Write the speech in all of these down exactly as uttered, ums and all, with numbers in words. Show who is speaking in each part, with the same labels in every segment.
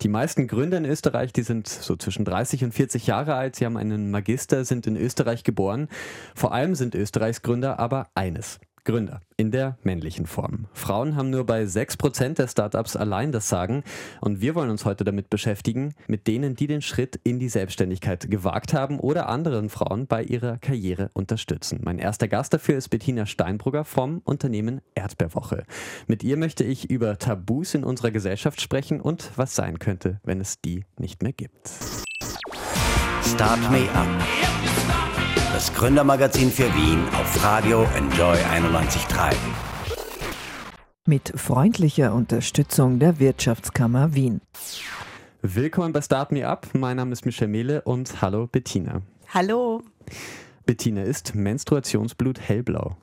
Speaker 1: Die meisten Gründer in Österreich, die sind so zwischen dreißig und vierzig Jahre alt. Sie haben einen Magister, sind in Österreich geboren. Vor allem sind Österreichs Gründer aber eines: Gründer in der männlichen Form. Frauen haben nur bei sechs Prozent der Startups allein das Sagen. Und wir wollen uns heute damit beschäftigen, mit denen, die den Schritt in die Selbstständigkeit gewagt haben oder anderen Frauen bei ihrer Karriere unterstützen. Mein erster Gast dafür ist Bettina Steinbrugger vom Unternehmen Erdbeerwoche. Mit ihr möchte ich über Tabus in unserer Gesellschaft sprechen und was sein könnte, wenn es die nicht mehr gibt.
Speaker 2: Start Me Up. Das Gründermagazin für Wien auf Radio Enjoy einundneunzig Komma drei.
Speaker 3: Mit freundlicher Unterstützung der Wirtschaftskammer Wien.
Speaker 1: Willkommen bei Start Me Up. Mein Name ist Michel Mehle und hallo Bettina.
Speaker 4: Hallo.
Speaker 1: Bettina, ist Menstruationsblut hellblau?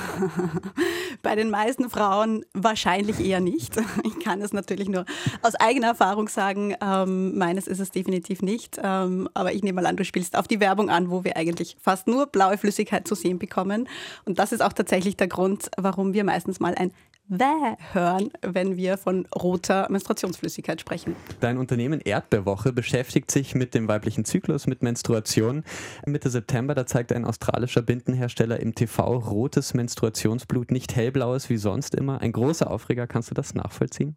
Speaker 4: Bei den meisten Frauen wahrscheinlich eher nicht. Ich kann es natürlich nur aus eigener Erfahrung sagen. Ähm, meines ist es definitiv nicht. Ähm, aber ich nehme mal an, du spielst auf die Werbung an, wo wir eigentlich fast nur blaue Flüssigkeit zu sehen bekommen. Und das ist auch tatsächlich der Grund, warum wir meistens mal ein Wäh hören, wenn wir von roter Menstruationsflüssigkeit sprechen.
Speaker 1: Dein Unternehmen Erdbeerwoche beschäftigt sich mit dem weiblichen Zyklus, mit Menstruation. Mitte September, da zeigt ein australischer Bindenhersteller im T V rotes Menstruationsblut, nicht hellblaues wie sonst immer. Ein großer Aufreger, kannst du das nachvollziehen?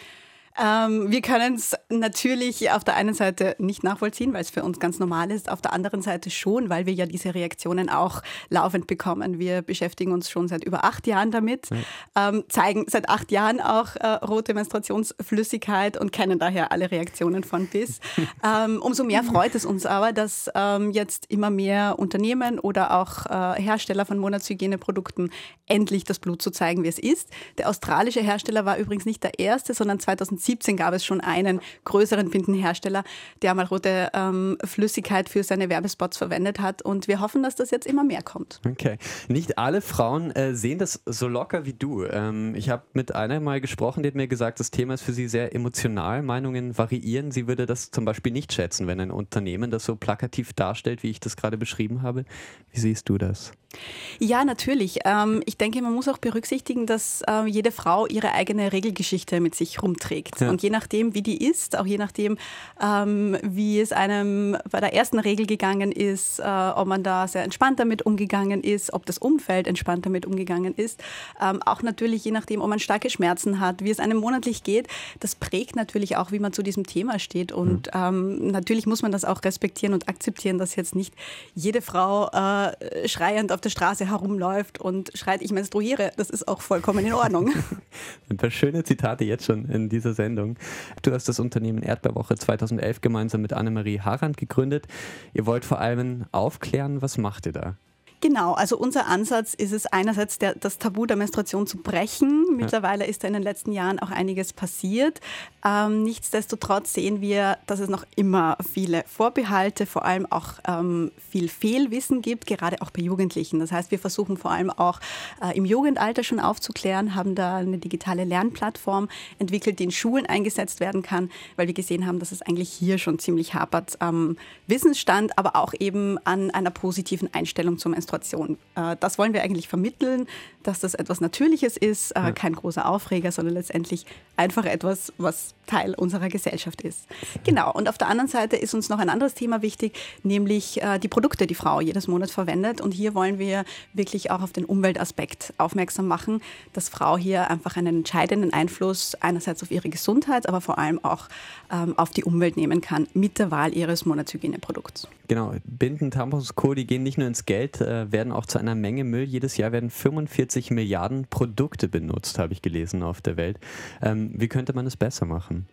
Speaker 4: Ähm, wir können es natürlich auf der einen Seite nicht nachvollziehen, weil es für uns ganz normal ist, auf der anderen Seite schon, weil wir ja diese Reaktionen auch laufend bekommen. Wir beschäftigen uns schon seit über acht Jahren damit, ja. ähm, zeigen seit acht Jahren auch äh, rote Menstruationsflüssigkeit und kennen daher alle Reaktionen von bis. ähm, umso mehr freut es uns aber, dass ähm, jetzt immer mehr Unternehmen oder auch äh, Hersteller von Monatshygieneprodukten endlich das Blut so zeigen, wie es ist. Der australische Hersteller war übrigens nicht der erste, sondern zweitausendsiebzehn gab es schon einen größeren Bindenhersteller, der mal rote ähm, Flüssigkeit für seine Werbespots verwendet hat. Und wir hoffen, dass das jetzt immer mehr kommt.
Speaker 1: Okay. Nicht alle Frauen äh, sehen das so locker wie du. Ähm, ich habe mit einer mal gesprochen, die hat mir gesagt, das Thema ist für sie sehr emotional. Meinungen variieren. Sie würde das zum Beispiel nicht schätzen, wenn ein Unternehmen das so plakativ darstellt, wie ich das gerade beschrieben habe. Wie siehst du das?
Speaker 4: Ja, natürlich. Ähm, ich denke, man muss auch berücksichtigen, dass äh, jede Frau ihre eigene Regelgeschichte mit sich rumträgt. Ja. Und je nachdem, wie die ist, auch je nachdem, ähm, wie es einem bei der ersten Regel gegangen ist, äh, ob man da sehr entspannt damit umgegangen ist, ob das Umfeld entspannt damit umgegangen ist, ähm, auch natürlich je nachdem, ob man starke Schmerzen hat, wie es einem monatlich geht, das prägt natürlich auch, wie man zu diesem Thema steht. Und mhm. ähm, natürlich muss man das auch respektieren und akzeptieren, dass jetzt nicht jede Frau äh, schreiend auf der Straße herumläuft und schreit, ich menstruiere. Das ist auch vollkommen in Ordnung.
Speaker 1: Ein paar schöne Zitate jetzt schon in dieser Sendung. Du hast das Unternehmen Erdbeerwoche zweitausendelf gemeinsam mit Annemarie Harand gegründet. Ihr wollt vor allem aufklären, was macht ihr da?
Speaker 4: Genau, also unser Ansatz ist es einerseits, der, das Tabu der Menstruation zu brechen. Mittlerweile ja. ist da in den letzten Jahren auch einiges passiert. Ähm, nichtsdestotrotz sehen wir, dass es noch immer viele Vorbehalte, vor allem auch ähm, viel Fehlwissen gibt, gerade auch bei Jugendlichen. Das heißt, wir versuchen vor allem auch äh, im Jugendalter schon aufzuklären, haben da eine digitale Lernplattform entwickelt, die in Schulen eingesetzt werden kann, weil wir gesehen haben, dass es eigentlich hier schon ziemlich hapert am Wissensstand, aber auch eben an einer positiven Einstellung zur Menstruation. Das wollen wir eigentlich vermitteln, dass das etwas Natürliches ist, ja. kein großer Aufreger, sondern letztendlich einfach etwas, was Teil unserer Gesellschaft ist. Genau, und auf der anderen Seite ist uns noch ein anderes Thema wichtig, nämlich die Produkte, die Frau jedes Monat verwendet. Und hier wollen wir wirklich auch auf den Umweltaspekt aufmerksam machen, dass Frau hier einfach einen entscheidenden Einfluss einerseits auf ihre Gesundheit, aber vor allem auch ähm, auf die Umwelt nehmen kann mit der Wahl ihres Monatshygieneprodukts.
Speaker 1: Genau, Binden, Tampons, Co., die gehen nicht nur ins Geld, äh, werden auch zu einer Menge Müll. Jedes Jahr werden fünfundvierzig Milliarden Produkte benutzt, habe ich gelesen, auf der Welt. Ähm, wie könnte man es besser machen?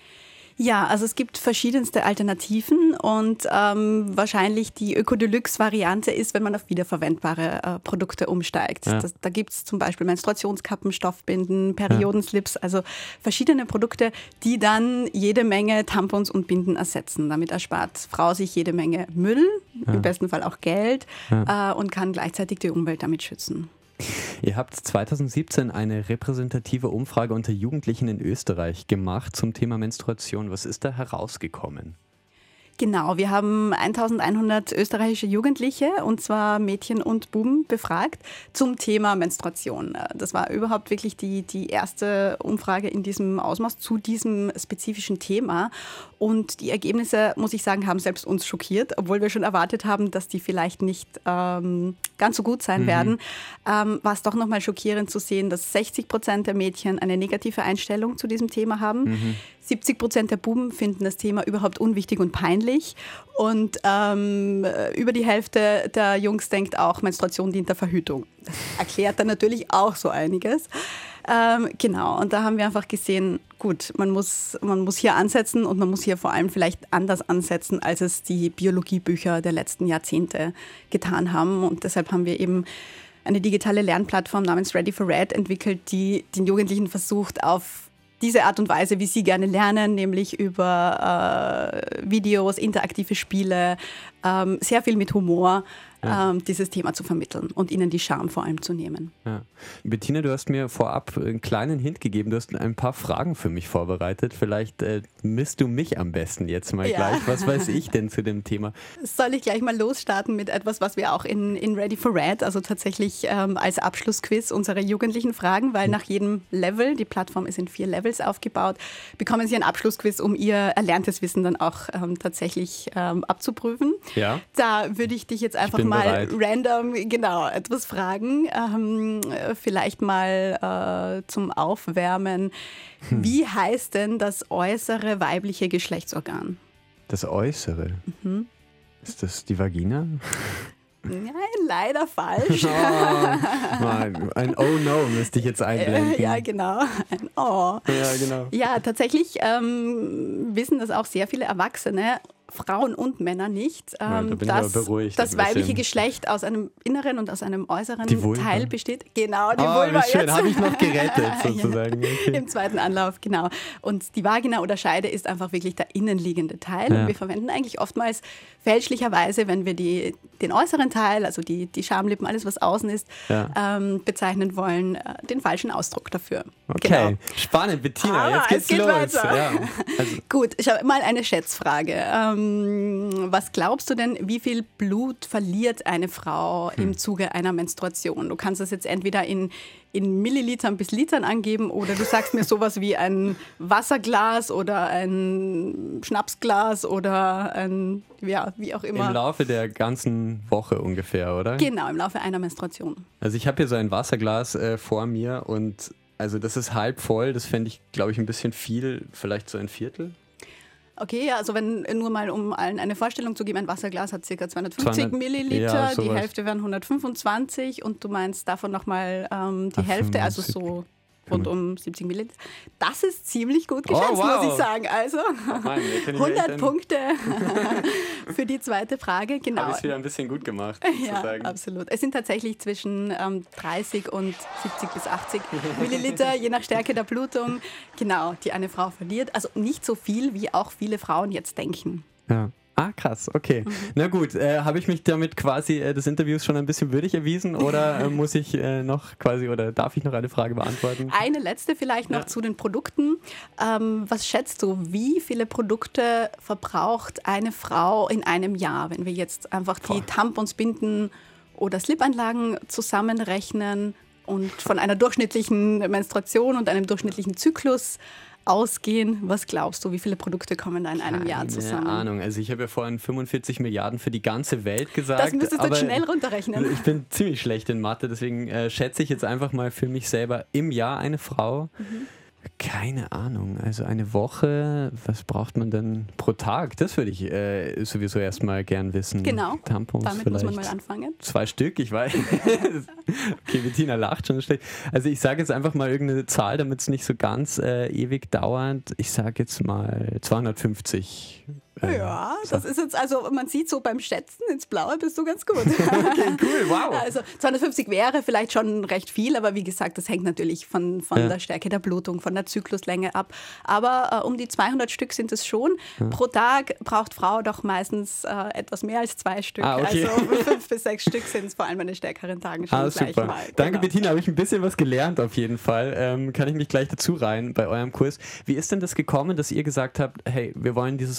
Speaker 4: Ja, also es gibt verschiedenste Alternativen und ähm, wahrscheinlich die Öko-Deluxe-Variante ist, wenn man auf wiederverwendbare äh, Produkte umsteigt. Ja. Das, da gibt es zum Beispiel Menstruationskappen, Stoffbinden, Periodenslips, ja. also verschiedene Produkte, die dann jede Menge Tampons und Binden ersetzen. Damit erspart Frau sich jede Menge Müll, ja. im besten Fall auch Geld ja. äh, und kann gleichzeitig die Umwelt damit schützen.
Speaker 1: Ihr habt zweitausendsiebzehn eine repräsentative Umfrage unter Jugendlichen in Österreich gemacht zum Thema Menstruation. Was ist da herausgekommen?
Speaker 4: Genau, wir haben eintausendeinhundert österreichische Jugendliche, und zwar Mädchen und Buben, befragt zum Thema Menstruation. Das war überhaupt wirklich die, die erste Umfrage in diesem Ausmaß zu diesem spezifischen Thema. Und die Ergebnisse, muss ich sagen, haben selbst uns schockiert, obwohl wir schon erwartet haben, dass die vielleicht nicht ähm, ganz so gut sein mhm. werden. Ähm, war es doch nochmal schockierend zu sehen, dass sechzig Prozent der Mädchen eine negative Einstellung zu diesem Thema haben. Mhm. siebzig Prozent der Buben finden das Thema überhaupt unwichtig und peinlich. Und ähm, über die Hälfte der Jungs denkt auch, Menstruation dient der Verhütung. Das erklärt dann natürlich auch so einiges. Ähm, genau, und da haben wir einfach gesehen, gut, man muss, man muss hier ansetzen und man muss hier vor allem vielleicht anders ansetzen, als es die Biologiebücher der letzten Jahrzehnte getan haben. Und deshalb haben wir eben eine digitale Lernplattform namens Ready for Red entwickelt, die den Jugendlichen versucht, auf diese Art und Weise, wie sie gerne lernen, nämlich über äh, Videos, interaktive Spiele, ähm, sehr viel mit Humor, ja. ähm, dieses Thema zu vermitteln und ihnen die Scham vor allem zu nehmen.
Speaker 1: Ja. Bettina, du hast mir vorab einen kleinen Hint gegeben, du hast ein paar Fragen für mich vorbereitet. Vielleicht äh, misst du mich am besten jetzt mal ja. gleich. Was weiß ich denn zu dem Thema?
Speaker 4: Soll ich gleich mal losstarten mit etwas, was wir auch in, in Ready for Red, also tatsächlich ähm, als Abschlussquiz unsere Jugendlichen fragen, weil mhm. nach jedem Level, die Plattform ist in vier Levels aufgebaut, bekommen sie ein Abschlussquiz, um ihr erlerntes Wissen dann auch ähm, tatsächlich ähm, abzuprüfen.
Speaker 1: Ja.
Speaker 4: Da würde ich dich jetzt einfach mal bereit. random genau etwas fragen, ähm, vielleicht mal äh, zum Aufwärmen. Hm. Wie heißt denn das äußere weibliche Geschlechtsorgan?
Speaker 1: Das äußere? Mhm. Ist das die Vagina?
Speaker 4: Nein, leider falsch.
Speaker 1: Oh, Mann, ein Oh no müsste ich jetzt einblenden.
Speaker 4: Ja, genau. Ein Oh.
Speaker 1: Ja, genau.
Speaker 4: Ja, tatsächlich ähm, wissen das auch sehr viele Erwachsene, Frauen und Männer nicht, ähm, ja, da dass beruhigt, das weibliche Geschlecht aus einem inneren und aus einem äußeren Teil besteht. Genau, die
Speaker 1: oh,
Speaker 4: Vulva.
Speaker 1: Wie schön, habe ich noch gerettet sozusagen.
Speaker 4: Ja,
Speaker 1: okay.
Speaker 4: Im zweiten Anlauf, genau. Und die Vagina oder Scheide ist einfach wirklich der innenliegende Teil. Ja. Und wir verwenden eigentlich oftmals fälschlicherweise, wenn wir die, den äußeren Teil, also die, die Schamlippen, alles was außen ist, ja. ähm, bezeichnen wollen, äh, den falschen Ausdruck dafür.
Speaker 1: Okay, genau. Spannend, Bettina,
Speaker 4: ah,
Speaker 1: jetzt geht's
Speaker 4: geht
Speaker 1: los.
Speaker 4: Ja. Also. Gut, ich habe mal eine Schätzfrage. Ähm, Was glaubst du denn, wie viel Blut verliert eine Frau hm. im Zuge einer Menstruation? Du kannst das jetzt entweder in, in Millilitern bis Litern angeben oder du sagst mir sowas wie ein Wasserglas oder ein Schnapsglas oder ein, ja, wie auch immer.
Speaker 1: Im Laufe der ganzen Woche ungefähr, oder?
Speaker 4: Genau, im Laufe einer Menstruation.
Speaker 1: Also ich habe hier so ein Wasserglas äh, vor mir und also das ist halb voll, das fände ich, glaube ich, ein bisschen viel, vielleicht so ein Viertel.
Speaker 4: Okay, ja, also wenn nur mal, um allen eine Vorstellung zu geben, ein Wasserglas hat ca. zweihundertfünfzig
Speaker 1: zweihundert
Speaker 4: Milliliter,
Speaker 1: ja,
Speaker 4: die Hälfte wären hundertfünfundzwanzig und du meinst davon nochmal ähm, die Ach, Hälfte, also so rund um siebzig Milliliter. Das ist ziemlich gut geschätzt,
Speaker 1: oh, wow.
Speaker 4: muss ich sagen. Also
Speaker 1: Mann,
Speaker 4: hundert Punkte für die zweite Frage. Genau.
Speaker 1: Habe ich es wieder ein bisschen gut gemacht,
Speaker 4: ja,
Speaker 1: sozusagen.
Speaker 4: Absolut. Es sind tatsächlich zwischen ähm, dreißig und siebzig bis achtzig Milliliter, je nach Stärke der Blutung, genau, die eine Frau verliert. Also nicht so viel, wie auch viele Frauen jetzt denken.
Speaker 1: Ja. Ah, krass, okay. Mhm. Na gut, äh, habe ich mich damit quasi äh, des Interviews schon ein bisschen würdig erwiesen oder äh, muss ich äh, noch quasi oder darf ich noch eine Frage beantworten?
Speaker 4: Eine letzte vielleicht noch ja. zu den Produkten. Ähm, was schätzt du, wie viele Produkte verbraucht eine Frau in einem Jahr, wenn wir jetzt einfach die Boah. Tampons, Binden oder Slip-Einlagen zusammenrechnen und von einer durchschnittlichen Menstruation und einem durchschnittlichen Zyklus ausgehen? Was glaubst du, wie viele Produkte kommen da in einem
Speaker 1: Keine
Speaker 4: Jahr zusammen?
Speaker 1: Keine Ahnung, also ich habe ja vorhin fünfundvierzig Milliarden für die ganze Welt gesagt.
Speaker 4: Das müsstest du
Speaker 1: aber
Speaker 4: schnell runterrechnen.
Speaker 1: Ich bin ziemlich schlecht in Mathe, deswegen äh, schätze ich jetzt einfach mal für mich selber im Jahr eine Frau. Mhm. Keine Ahnung, also eine Woche, was braucht man denn pro Tag? Das würde ich äh, sowieso erstmal gern wissen.
Speaker 4: Genau,
Speaker 1: Tampons
Speaker 4: damit
Speaker 1: vielleicht.
Speaker 4: muss man mal anfangen.
Speaker 1: Zwei Stück, ich weiß. Okay, Bettina lacht schon schlecht. Also ich sage jetzt einfach mal irgendeine Zahl, damit es nicht so ganz äh, ewig dauert. Ich sage jetzt mal zweihundertfünfzig.
Speaker 4: Äh, ja, das so. ist jetzt, also man sieht so beim Schätzen ins Blaue bist du ganz gut.
Speaker 1: Okay, cool, wow.
Speaker 4: Also zweihundertfünfzig wäre vielleicht schon recht viel, aber wie gesagt, das hängt natürlich von, von ja. der Stärke der Blutung, von der Zykluslänge ab. Aber äh, um die zweihundert Stück sind es schon. Ja. Pro Tag braucht Frau doch meistens äh, etwas mehr als zwei Stück.
Speaker 1: Ah, okay.
Speaker 4: Also fünf bis sechs Stück sind es vor allem an den stärkeren Tagen schon
Speaker 1: ah,
Speaker 4: gleich
Speaker 1: super.
Speaker 4: mal.
Speaker 1: Danke,
Speaker 4: genau.
Speaker 1: Bettina, habe ich ein bisschen was gelernt auf jeden Fall. Ähm, kann ich mich gleich dazu rein bei eurem Kurs. Wie ist denn das gekommen, dass ihr gesagt habt, hey, wir wollen dieses Unternehmen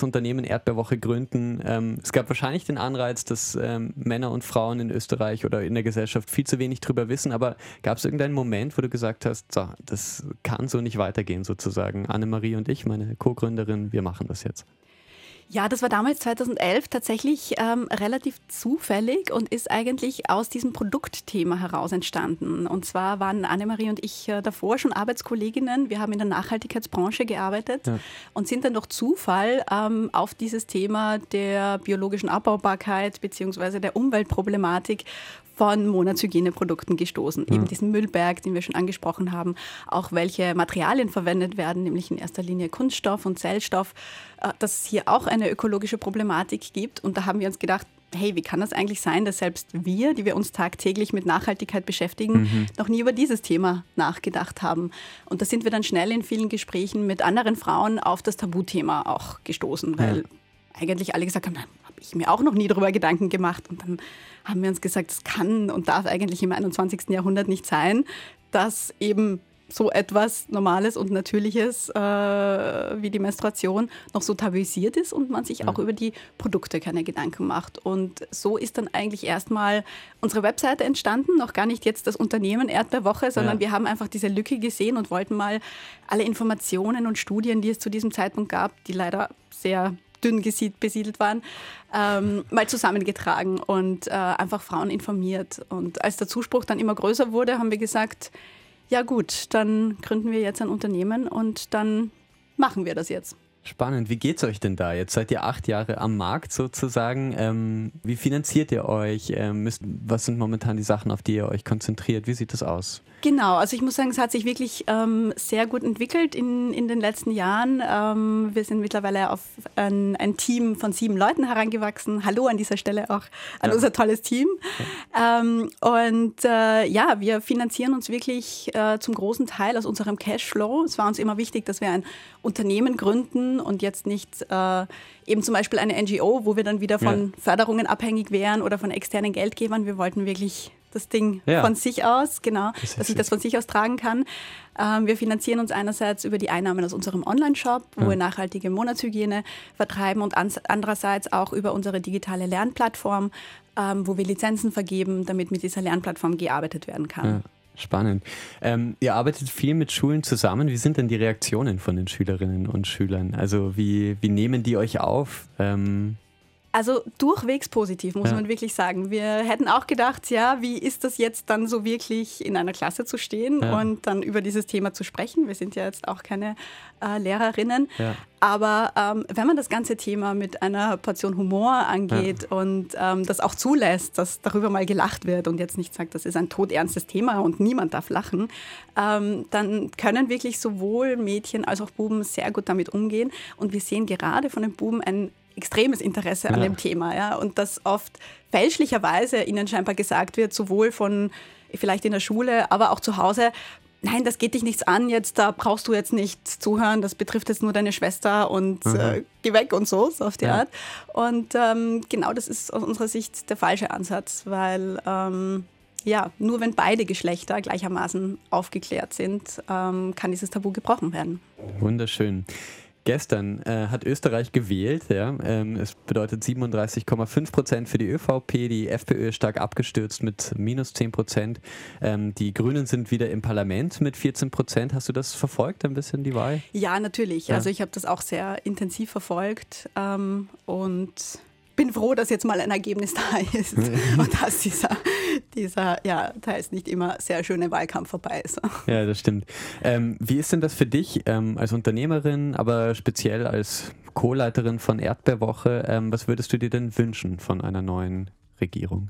Speaker 1: Erdbeerwoche gründen. Ähm, es gab wahrscheinlich den Anreiz, dass ähm, Männer und Frauen in Österreich oder in der Gesellschaft viel zu wenig drüber wissen, aber gab es irgendeinen Moment, wo du gesagt hast, so, das kann so nicht weitergehen sozusagen. Annemarie und ich, meine Co-Gründerin, wir machen das jetzt.
Speaker 4: Ja, das war damals zweitausendelf tatsächlich ähm, relativ zufällig und ist eigentlich aus diesem Produktthema heraus entstanden. Und zwar waren Annemarie und ich äh, davor schon Arbeitskolleginnen. Wir haben in der Nachhaltigkeitsbranche gearbeitet ja. und sind dann durch Zufall ähm, auf dieses Thema der biologischen Abbaubarkeit bzw. der Umweltproblematik von Monatshygieneprodukten gestoßen. Ja. Eben diesen Müllberg, den wir schon angesprochen haben, auch welche Materialien verwendet werden, nämlich in erster Linie Kunststoff und Zellstoff, dass es hier auch eine ökologische Problematik gibt. Und da haben wir uns gedacht, hey, wie kann das eigentlich sein, dass selbst wir, die wir uns tagtäglich mit Nachhaltigkeit beschäftigen, mhm. noch nie über dieses Thema nachgedacht haben. Und da sind wir dann schnell in vielen Gesprächen mit anderen Frauen auf das Tabuthema auch gestoßen, weil ja. eigentlich alle gesagt haben, nein, habe ich mir auch noch nie darüber Gedanken gemacht. Und dann haben wir uns gesagt, es kann und darf eigentlich im einundzwanzigsten Jahrhundert nicht sein, dass eben so etwas Normales und Natürliches äh, wie die Menstruation noch so tabuisiert ist und man sich ja. auch über die Produkte keine Gedanken macht. Und so ist dann eigentlich erstmal unsere Webseite entstanden, noch gar nicht jetzt das Unternehmen Erdbeerwoche, sondern ja. wir haben einfach diese Lücke gesehen und wollten mal alle Informationen und Studien, die es zu diesem Zeitpunkt gab, die leider sehr dünn besiedelt waren, ähm, mal zusammengetragen und äh, einfach Frauen informiert. Und als der Zuspruch dann immer größer wurde, haben wir gesagt, ja gut, dann gründen wir jetzt ein Unternehmen und dann machen wir das jetzt.
Speaker 1: Spannend. Wie geht's euch denn da? Jetzt seid ihr acht Jahre am Markt sozusagen. Ähm, wie finanziert ihr euch? Ähm, müsst, was sind momentan die Sachen, auf die ihr euch konzentriert? Wie sieht das aus?
Speaker 4: Genau, also ich muss sagen, es hat sich wirklich ähm, sehr gut entwickelt in, in den letzten Jahren. Ähm, wir sind mittlerweile auf ein, ein Team von sieben Leuten herangewachsen. Hallo an dieser Stelle auch an ja. unser tolles Team. Ja. Ähm, und äh, ja, wir finanzieren uns wirklich äh, zum großen Teil aus unserem Cashflow. Es war uns immer wichtig, dass wir ein Unternehmen gründen und jetzt nicht äh, eben zum Beispiel eine N G O, wo wir dann wieder von ja. Förderungen abhängig wären oder von externen Geldgebern. Wir wollten wirklich das Ding ja. von sich aus, genau, das dass ich das von sich aus tragen kann. Ähm, wir finanzieren uns einerseits über die Einnahmen aus unserem Online-Shop, wo ja. wir nachhaltige Monatshygiene vertreiben und ans- andererseits auch über unsere digitale Lernplattform, ähm, wo wir Lizenzen vergeben, damit mit dieser Lernplattform gearbeitet werden kann.
Speaker 1: Ja. Spannend. Ähm, ihr arbeitet viel mit Schulen zusammen. Wie sind denn die Reaktionen von den Schülerinnen und Schülern? Also wie, wie nehmen die euch auf? Ähm
Speaker 4: Also durchwegs positiv, muss ja. man wirklich sagen. Wir hätten auch gedacht, ja, wie ist das jetzt dann so wirklich in einer Klasse zu stehen ja. und dann über dieses Thema zu sprechen? Wir sind ja jetzt auch keine äh, Lehrerinnen. Ja. Aber ähm, wenn man das ganze Thema mit einer Portion Humor angeht ja. und ähm, das auch zulässt, dass darüber mal gelacht wird und jetzt nicht sagt, das ist ein todernstes Thema und niemand darf lachen, ähm, dann können wirklich sowohl Mädchen als auch Buben sehr gut damit umgehen. Und wir sehen gerade von den Buben ein extremes Interesse an ja. dem Thema, ja, und dass oft fälschlicherweise ihnen scheinbar gesagt wird, sowohl von vielleicht in der Schule, aber auch zu Hause, nein, das geht dich nichts an, jetzt da brauchst du jetzt nicht zuhören, das betrifft jetzt nur deine Schwester und äh, geh weg und so, so auf die ja. Art. Und ähm, genau das ist aus unserer Sicht der falsche Ansatz, weil ähm, ja, nur wenn beide Geschlechter gleichermaßen aufgeklärt sind, ähm, kann dieses Tabu gebrochen werden.
Speaker 1: Wunderschön. Gestern äh, hat Österreich gewählt. Ja. Ähm, es bedeutet siebenunddreißig Komma fünf Prozent für die ÖVP. Die FPÖ ist stark abgestürzt mit minus zehn Prozent. Ähm, die Grünen sind wieder im Parlament mit vierzehn Prozent. Hast du das verfolgt, ein bisschen die Wahl?
Speaker 4: Ja, natürlich. Ja. Also ich habe das auch sehr intensiv verfolgt ähm, und bin froh, dass jetzt mal ein Ergebnis da ist und dass dieser, dieser ja, teils nicht immer sehr schöne Wahlkampf vorbei ist.
Speaker 1: Ja, das stimmt. Ähm, wie ist denn das für dich ähm, als Unternehmerin, aber speziell als Co-Leiterin von Erdbeerwoche? Ähm, was würdest du dir denn wünschen von einer neuen Regierung?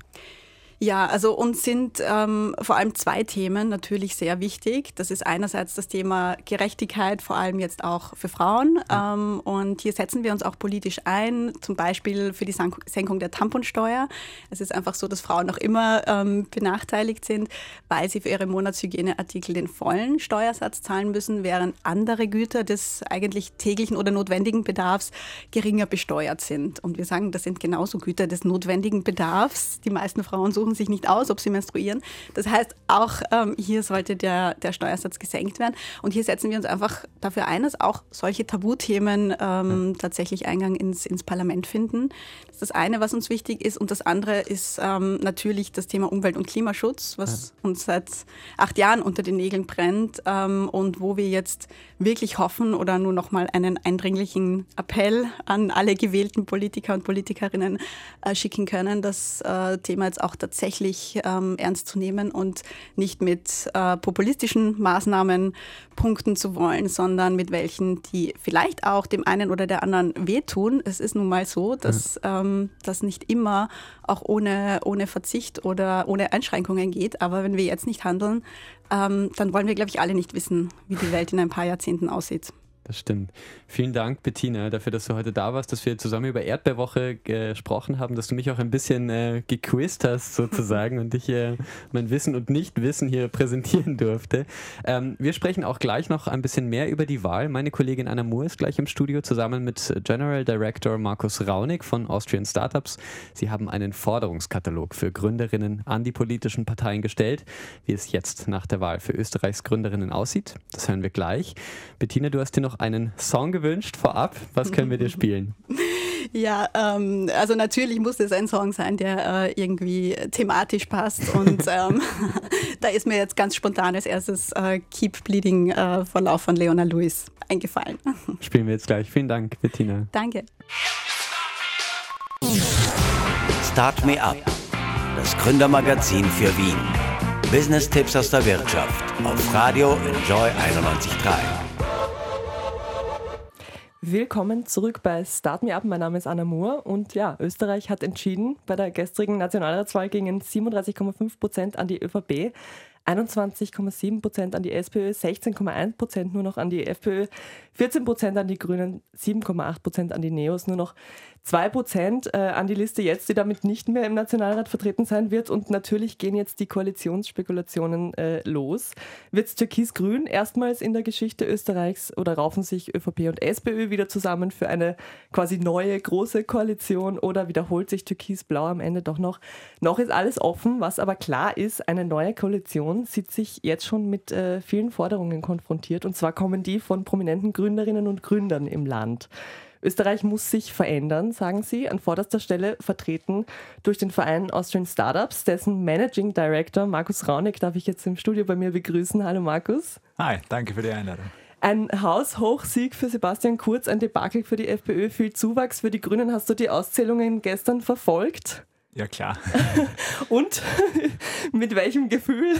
Speaker 4: Ja, also uns sind ähm, vor allem zwei Themen natürlich sehr wichtig. Das ist einerseits das Thema Gerechtigkeit, vor allem jetzt auch für Frauen. Ähm, und hier setzen wir uns auch politisch ein, zum Beispiel für die Senkung der Tamponsteuer. Es ist einfach so, dass Frauen noch immer ähm, benachteiligt sind, weil sie für ihre Monatshygieneartikel den vollen Steuersatz zahlen müssen, während andere Güter des eigentlich täglichen oder notwendigen Bedarfs geringer besteuert sind. Und wir sagen, das sind genauso Güter des notwendigen Bedarfs. Die meisten Frauen suchen suchen sich nicht aus, ob sie menstruieren. Das heißt, auch ähm, hier sollte der, der Steuersatz gesenkt werden. Und hier setzen wir uns einfach dafür ein, dass auch solche Tabuthemen ähm, ja. tatsächlich Eingang ins, ins Parlament finden. Das ist das eine, was uns wichtig ist. Und das andere ist ähm, natürlich das Thema Umwelt- und Klimaschutz, was ja. uns seit acht Jahren unter den Nägeln brennt ähm, und wo wir jetzt wirklich hoffen oder nur noch mal einen eindringlichen Appell an alle gewählten Politiker und Politikerinnen äh, schicken können, das äh, Thema jetzt auch tatsächlich ähm, ernst zu nehmen und nicht mit äh, populistischen Maßnahmen punkten zu wollen, sondern mit welchen, die vielleicht auch dem einen oder der anderen wehtun. Es ist nun mal so, dass ja. ähm, das nicht immer auch ohne, ohne Verzicht oder ohne Einschränkungen geht. Aber wenn wir jetzt nicht handeln, ähm, dann wollen wir, glaube ich, alle nicht wissen, wie die Welt in ein paar Jahrzehnten aussieht.
Speaker 1: Das stimmt. Vielen Dank, Bettina, dafür, dass du heute da warst, dass wir zusammen über Erdbeerwoche gesprochen haben, dass du mich auch ein bisschen äh, gequizt hast sozusagen und ich äh, mein Wissen und Nichtwissen hier präsentieren durfte. Ähm, wir sprechen auch gleich noch ein bisschen mehr über die Wahl. Meine Kollegin Anna Moore ist gleich im Studio zusammen mit General Director Markus Raunig von Austrian Startups. Sie haben einen Forderungskatalog für Gründerinnen an die politischen Parteien gestellt, wie es jetzt nach der Wahl für Österreichs Gründerinnen aussieht. Das hören wir gleich. Bettina, du hast dir noch einen Song gewünscht vorab. Was können wir dir spielen?
Speaker 4: Ja, ähm, also natürlich muss es ein Song sein, der äh, irgendwie thematisch passt und ähm, da ist mir jetzt ganz spontan als erstes äh, Keep Bleeding äh, for Love von Leona Lewis eingefallen.
Speaker 1: Spielen wir jetzt gleich. Vielen Dank, Bettina.
Speaker 4: Danke.
Speaker 2: Start Me Up, das Gründermagazin für Wien. Business-Tipps aus der Wirtschaft auf Radio Enjoy einundneunzig Komma drei.
Speaker 5: Willkommen zurück bei Start Me Up. Mein Name ist Anna Moore und ja, Österreich hat entschieden, bei der gestrigen Nationalratswahl gingen siebenunddreißig Komma fünf Prozent an die ÖVP, einundzwanzig Komma sieben Prozent an die SPÖ, sechzehn Komma eins Prozent nur noch an die FPÖ, vierzehn Prozent an die Grünen, sieben Komma acht Prozent an die Neos, nur noch zwei Prozent äh, an die Liste jetzt, die damit nicht mehr im Nationalrat vertreten sein wird. Und natürlich gehen jetzt die Koalitionsspekulationen äh, los. Wird es Türkis-Grün erstmals in der Geschichte Österreichs oder raufen sich ÖVP und SPÖ wieder zusammen für eine quasi neue große Koalition oder wiederholt sich Türkis-Blau am Ende doch noch? Noch ist alles offen, was aber klar ist, eine neue Koalition sieht sich jetzt schon mit äh, vielen Forderungen konfrontiert und zwar kommen die von prominenten Gründerinnen und Gründern im Land. Österreich muss sich verändern, sagen sie, an vorderster Stelle vertreten durch den Verein Austrian Startups, dessen Managing Director Markus Raunig darf ich jetzt im Studio bei mir begrüßen. Hallo Markus.
Speaker 6: Hi, danke für die Einladung.
Speaker 5: Ein Haushochsieg für Sebastian Kurz, ein Debakel für die FPÖ, viel Zuwachs für die Grünen. Hast du die Auszählungen gestern verfolgt?
Speaker 6: Ja, klar.
Speaker 5: Und mit welchem Gefühl?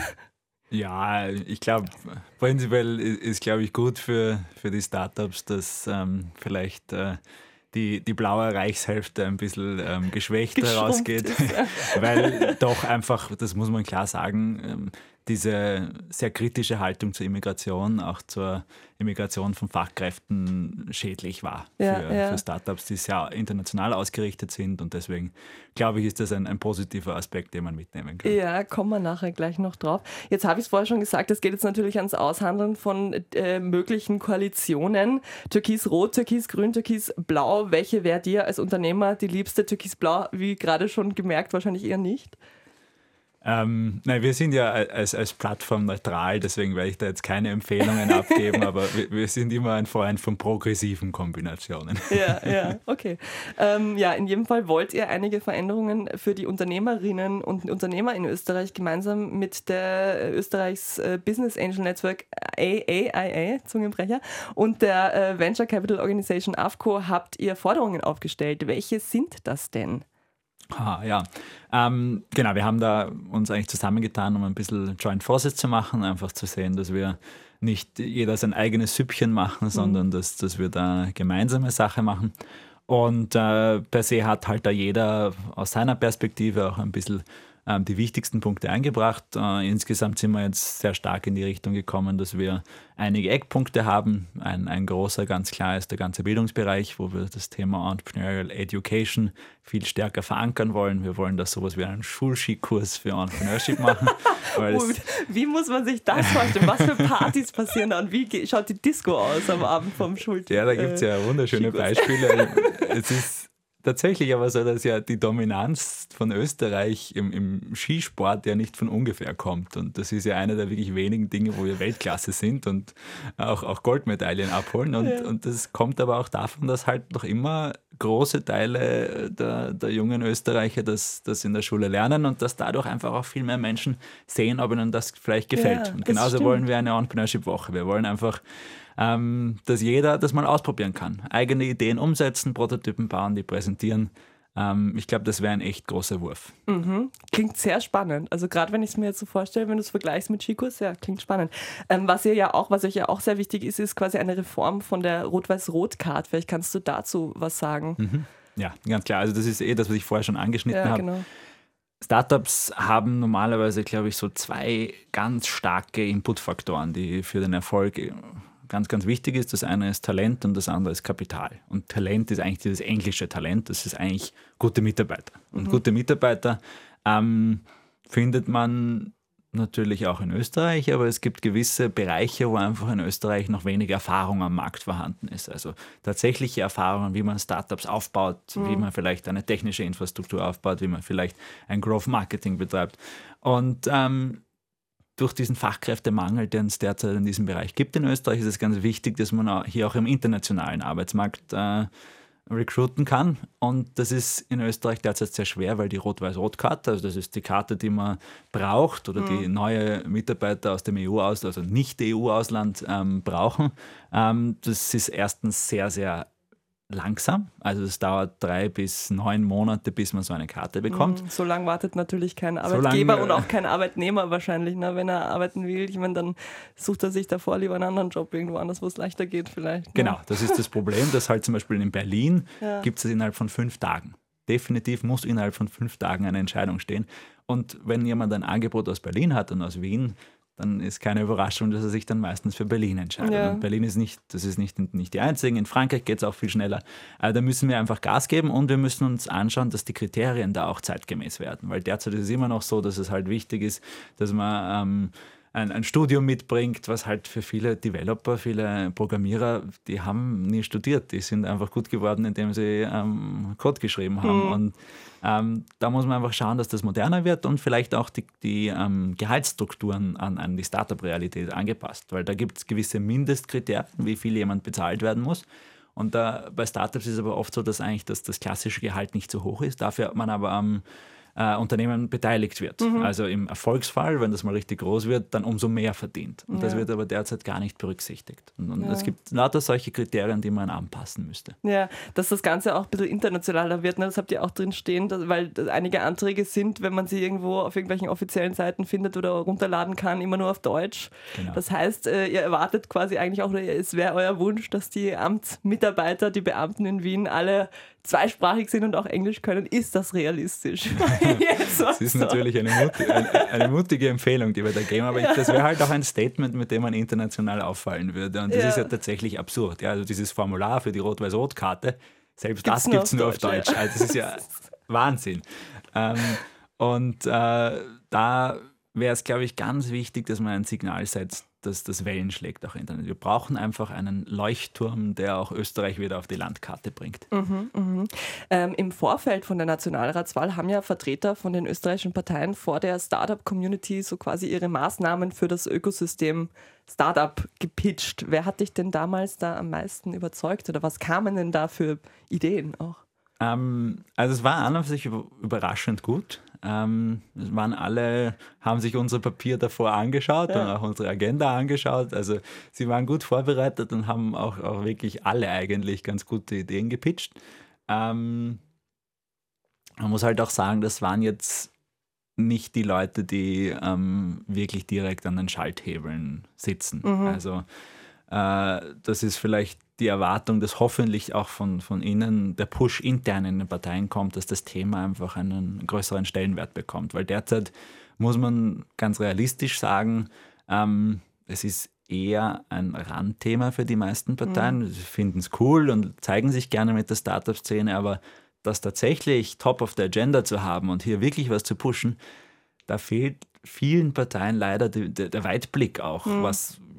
Speaker 6: Ja, ich glaube, prinzipiell ist, ist glaube ich, gut für, für die Startups, dass ähm, vielleicht äh, die, die blaue Reichshälfte ein bisschen ähm, geschwächt herausgeht, weil doch einfach, das muss man klar sagen, ähm, diese sehr kritische Haltung zur Immigration, auch zur Immigration von Fachkräften schädlich war
Speaker 5: ja,
Speaker 6: für,
Speaker 5: ja.
Speaker 6: für Startups, die sehr international ausgerichtet sind und deswegen glaube ich, ist das ein, ein positiver Aspekt, den man mitnehmen kann.
Speaker 5: Ja, kommen wir nachher gleich noch drauf. Jetzt habe ich es vorher schon gesagt, es geht jetzt natürlich ans Aushandeln von äh, möglichen Koalitionen. Türkis-Rot, Türkis-Grün, Türkis-Blau. Welche wäre dir als Unternehmer die liebste? Türkis-Blau, wie gerade schon gemerkt, wahrscheinlich eher nicht.
Speaker 6: Ähm, nein, wir sind ja als, als Plattform neutral, deswegen werde ich da jetzt keine Empfehlungen abgeben, aber wir, wir sind immer ein Freund von progressiven Kombinationen.
Speaker 5: Ja, ja, okay. Ähm, ja, in jedem Fall wollt ihr einige Veränderungen für die Unternehmerinnen und Unternehmer in Österreich gemeinsam mit der Österreichs Business Angel Network A A I A, Zungenbrecher, und der Venture Capital Organization A F C O habt ihr Forderungen aufgestellt. Welche sind das denn?
Speaker 6: Ah, ja, ähm, genau, wir haben da uns eigentlich zusammengetan, um ein bisschen Joint Forces zu machen, einfach zu sehen, dass wir nicht jeder sein eigenes Süppchen machen, sondern mhm. dass, dass wir da gemeinsame Sache machen. Und äh, per se hat halt da jeder aus seiner Perspektive auch ein bisschen ähm, die wichtigsten Punkte eingebracht. Äh, insgesamt sind wir jetzt sehr stark in die Richtung gekommen, dass wir einige Eckpunkte haben. Ein, ein großer, ganz klar, ist der ganze Bildungsbereich, wo wir das Thema Entrepreneurial Education viel stärker verankern wollen. Wir wollen da sowas wie einen Schulskikurs für Entrepreneurship machen. Weil
Speaker 5: Gut. Wie muss man sich das vorstellen? Was für Partys passieren da und wie schaut die Disco aus am Abend vom Schulskikurs?
Speaker 6: Ja, da gibt es ja wunderschöne Beispiele. Es ist tatsächlich aber so, dass ja die Dominanz von Österreich im, im Skisport ja nicht von ungefähr kommt. Und das ist ja einer der wirklich wenigen Dinge, wo wir Weltklasse sind und auch, auch Goldmedaillen abholen. Und, ja. und das kommt aber auch davon, dass halt noch immer große Teile der, der jungen Österreicher das, das in der Schule lernen und dass dadurch einfach auch viel mehr Menschen sehen, ob ihnen das vielleicht gefällt.
Speaker 5: Ja,
Speaker 6: und genauso
Speaker 5: stimmt.
Speaker 6: wollen wir eine Entrepreneurship-Woche. Wir wollen einfach, ähm, dass jeder das mal ausprobieren kann. Eigene Ideen umsetzen, Prototypen bauen, die präsentieren. Ähm, ich glaube, das wäre ein echt großer Wurf.
Speaker 5: Mhm. Klingt sehr spannend. Also gerade wenn ich es mir jetzt so vorstelle, wenn du es vergleichst mit Skikurs, ja, klingt spannend. Ähm, was ihr ja auch, was euch ja auch sehr wichtig ist, ist quasi eine Reform von der Rot-Weiß-Rot-Card. Vielleicht kannst du dazu was sagen.
Speaker 6: Mhm. Ja, ganz klar. Also das ist eh das, was ich vorher schon angeschnitten
Speaker 5: ja,
Speaker 6: habe.
Speaker 5: Genau.
Speaker 6: Startups haben normalerweise, glaube ich, so zwei ganz starke Inputfaktoren, die für den Erfolg ganz, ganz wichtig ist. Das eine ist Talent und das andere ist Kapital. Und Talent ist eigentlich dieses englische Talent. Das ist eigentlich gute Mitarbeiter. Und mhm. gute Mitarbeiter ähm, findet man natürlich auch in Österreich, aber es gibt gewisse Bereiche, wo einfach in Österreich noch wenig Erfahrung am Markt vorhanden ist. Also tatsächliche Erfahrungen, wie man Startups aufbaut, mhm. wie man vielleicht eine technische Infrastruktur aufbaut, wie man vielleicht ein Growth Marketing betreibt. Und ähm, durch diesen Fachkräftemangel, den es derzeit in diesem Bereich gibt in Österreich, ist es ganz wichtig, dass man hier auch im internationalen Arbeitsmarkt äh, recruiten kann. Und das ist in Österreich derzeit sehr schwer, weil die Rot-Weiß-Rot-Karte, also das ist die Karte, die man braucht oder mhm. die neue Mitarbeiter aus dem E U-Ausland, also nicht E U-Ausland ähm, brauchen. Ähm, das ist erstens sehr, sehr langsam. Also es dauert drei bis neun Monate, bis man so eine Karte bekommt.
Speaker 5: So lange wartet natürlich kein Arbeitgeber
Speaker 6: so lang,
Speaker 5: und auch kein Arbeitnehmer wahrscheinlich. Ne? Wenn er arbeiten will, ich meine, dann sucht er sich davor lieber einen anderen Job irgendwo anders, wo es leichter geht vielleicht. Ne?
Speaker 6: Genau, das ist das Problem, dass halt zum Beispiel in Berlin
Speaker 5: ja.
Speaker 6: gibt es innerhalb von fünf Tagen. Definitiv muss innerhalb von fünf Tagen eine Entscheidung stehen. Und wenn jemand ein Angebot aus Berlin hat und aus Wien, dann ist keine Überraschung, dass er sich dann meistens für Berlin entscheidet.
Speaker 5: Ja.
Speaker 6: Und Berlin ist nicht, das ist nicht, nicht die einzigen. In Frankreich geht es auch viel schneller. Also da müssen wir einfach Gas geben und wir müssen uns anschauen, dass die Kriterien da auch zeitgemäß werden. Weil derzeit ist es immer noch so, dass es halt wichtig ist, dass man ähm, ein, ein Studium mitbringt, was halt für viele Developer, viele Programmierer, die haben nie studiert. Die sind einfach gut geworden, indem sie ähm, Code geschrieben haben. Mhm. Und ähm, da muss man einfach schauen, dass das moderner wird und vielleicht auch die, die ähm, Gehaltsstrukturen an, an die Startup-Realität angepasst. Weil da gibt es gewisse Mindestkriterien, wie viel jemand bezahlt werden muss. Und da, bei Startups ist es aber oft so, dass eigentlich das, das klassische Gehalt nicht so hoch ist. Dafür hat man aber am Äh, Unternehmen beteiligt wird. Mhm. Also im Erfolgsfall, wenn das mal richtig groß wird, dann umso mehr verdient. Und ja. das wird aber derzeit gar nicht berücksichtigt. Und, und ja. es gibt lauter solche Kriterien, die man anpassen müsste.
Speaker 5: Ja, dass das Ganze auch ein bisschen internationaler wird, ne? Das habt ihr auch drin stehen, dass, weil einige Anträge sind, wenn man sie irgendwo auf irgendwelchen offiziellen Seiten findet oder runterladen kann, immer nur auf Deutsch. Genau. Das heißt, äh, ihr erwartet quasi eigentlich auch, oder es wäre euer Wunsch, dass die Amtsmitarbeiter, die Beamten in Wien alle zweisprachig sind und auch Englisch können. Ist das realistisch?
Speaker 6: Das ist natürlich eine, mutige, eine, eine mutige Empfehlung, die wir da geben, aber ja. ich, das wäre halt auch ein Statement, mit dem man international auffallen würde. Und das ja. ist ja tatsächlich absurd. Ja, also dieses Formular für die Rot-Weiß-Rot-Karte, selbst gibt's das gibt es nur auf Deutsch. Deutsch. Also das ist ja Wahnsinn. Ähm, und äh, da wäre es, glaube ich, ganz wichtig, dass man ein Signal setzt, dass das Wellen schlägt auch Internet. Wir brauchen einfach einen Leuchtturm, der auch Österreich wieder auf die Landkarte bringt.
Speaker 5: Mhm, mh. ähm, Im Vorfeld von der Nationalratswahl haben ja Vertreter von den österreichischen Parteien vor der Startup-Community so quasi ihre Maßnahmen für das Ökosystem Startup gepitcht. Wer hat dich denn damals da am meisten überzeugt oder was kamen denn da für Ideen auch?
Speaker 6: Ähm, also es war an und für sich überraschend gut. Ähm, es waren alle, haben sich unser Papier davor angeschaut ja. und auch unsere Agenda angeschaut. Also sie waren gut vorbereitet und haben auch, auch wirklich alle eigentlich ganz gute Ideen gepitcht. Ähm, man muss halt auch sagen, das waren jetzt nicht die Leute, die ähm, wirklich direkt an den Schalthebeln sitzen. Mhm. Also äh, das ist vielleicht die Erwartung, dass hoffentlich auch von, von Ihnen der Push intern in den Parteien kommt, dass das Thema einfach einen größeren Stellenwert bekommt. Weil derzeit muss man ganz realistisch sagen, ähm, es ist eher ein Randthema für die meisten Parteien. Mhm. Sie finden es cool und zeigen sich gerne mit der Startup-Szene, aber das tatsächlich top of the agenda zu haben und hier wirklich was zu pushen, da fehlt vielen Parteien leider die, der, der Weitblick auch, mhm. was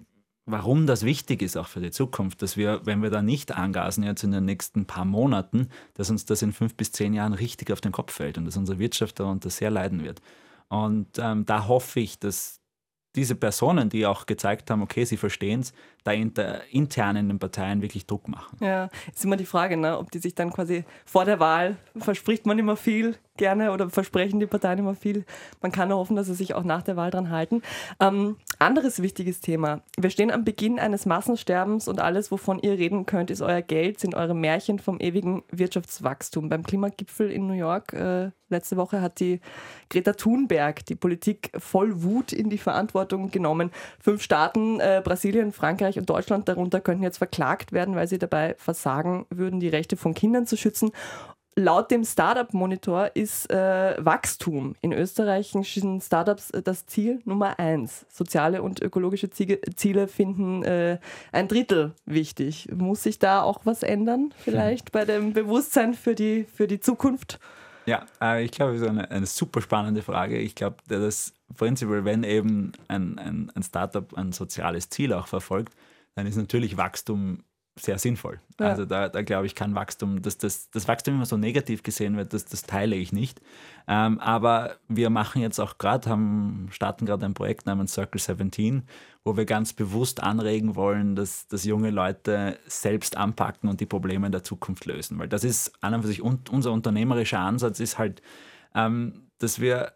Speaker 6: warum das wichtig ist auch für die Zukunft, dass wir, wenn wir da nicht angasen jetzt in den nächsten paar Monaten, dass uns das in fünf bis zehn Jahren richtig auf den Kopf fällt und dass unsere Wirtschaft darunter sehr leiden wird. Und ähm, da hoffe ich, dass diese Personen, die auch gezeigt haben, okay, sie verstehen es, da inter, intern in den Parteien wirklich Druck machen.
Speaker 5: Ja, ist immer die Frage, ne, ob die sich dann quasi vor der Wahl, verspricht man immer viel gerne oder versprechen die Parteien immer viel. Man kann nur hoffen, dass sie sich auch nach der Wahl dran halten. Ähm, anderes wichtiges Thema. Wir stehen am Beginn eines Massensterbens und alles, wovon ihr reden könnt, ist euer Geld, sind eure Märchen vom ewigen Wirtschaftswachstum. Beim Klimagipfel in New York äh, letzte Woche hat die Greta Thunberg die Politik voll Wut in die Verantwortung genommen. Fünf Staaten, äh, Brasilien, Frankreich und Deutschland darunter, könnten jetzt verklagt werden, weil sie dabei versagen würden, die Rechte von Kindern zu schützen. Laut dem Startup-Monitor ist äh, Wachstum in österreichischen Startups äh, das Ziel Nummer eins. Soziale und ökologische Ziele, Ziele finden äh, ein Drittel wichtig. Muss sich da auch was ändern vielleicht bei dem Bewusstsein für die, für die Zukunft?
Speaker 6: Ja, äh, ich glaube, das ist eine, eine super spannende Frage. Ich glaube, das prinzipiell, wenn eben ein, ein, ein Startup ein soziales Ziel auch verfolgt, dann ist natürlich Wachstum sehr sinnvoll. Ja. Also da, da glaube ich, kann Wachstum, dass das, das Wachstum immer so negativ gesehen wird, das, das teile ich nicht. Ähm, aber wir machen jetzt auch gerade, haben starten gerade ein Projekt namens Circle siebzehn, wo wir ganz bewusst anregen wollen, dass, dass junge Leute selbst anpacken und die Probleme der Zukunft lösen. Weil das ist an und für sich un, unser unternehmerischer Ansatz ist halt, ähm, dass wir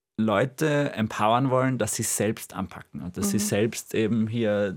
Speaker 6: Leute empowern wollen, dass sie selbst anpacken und dass mhm. sie selbst eben hier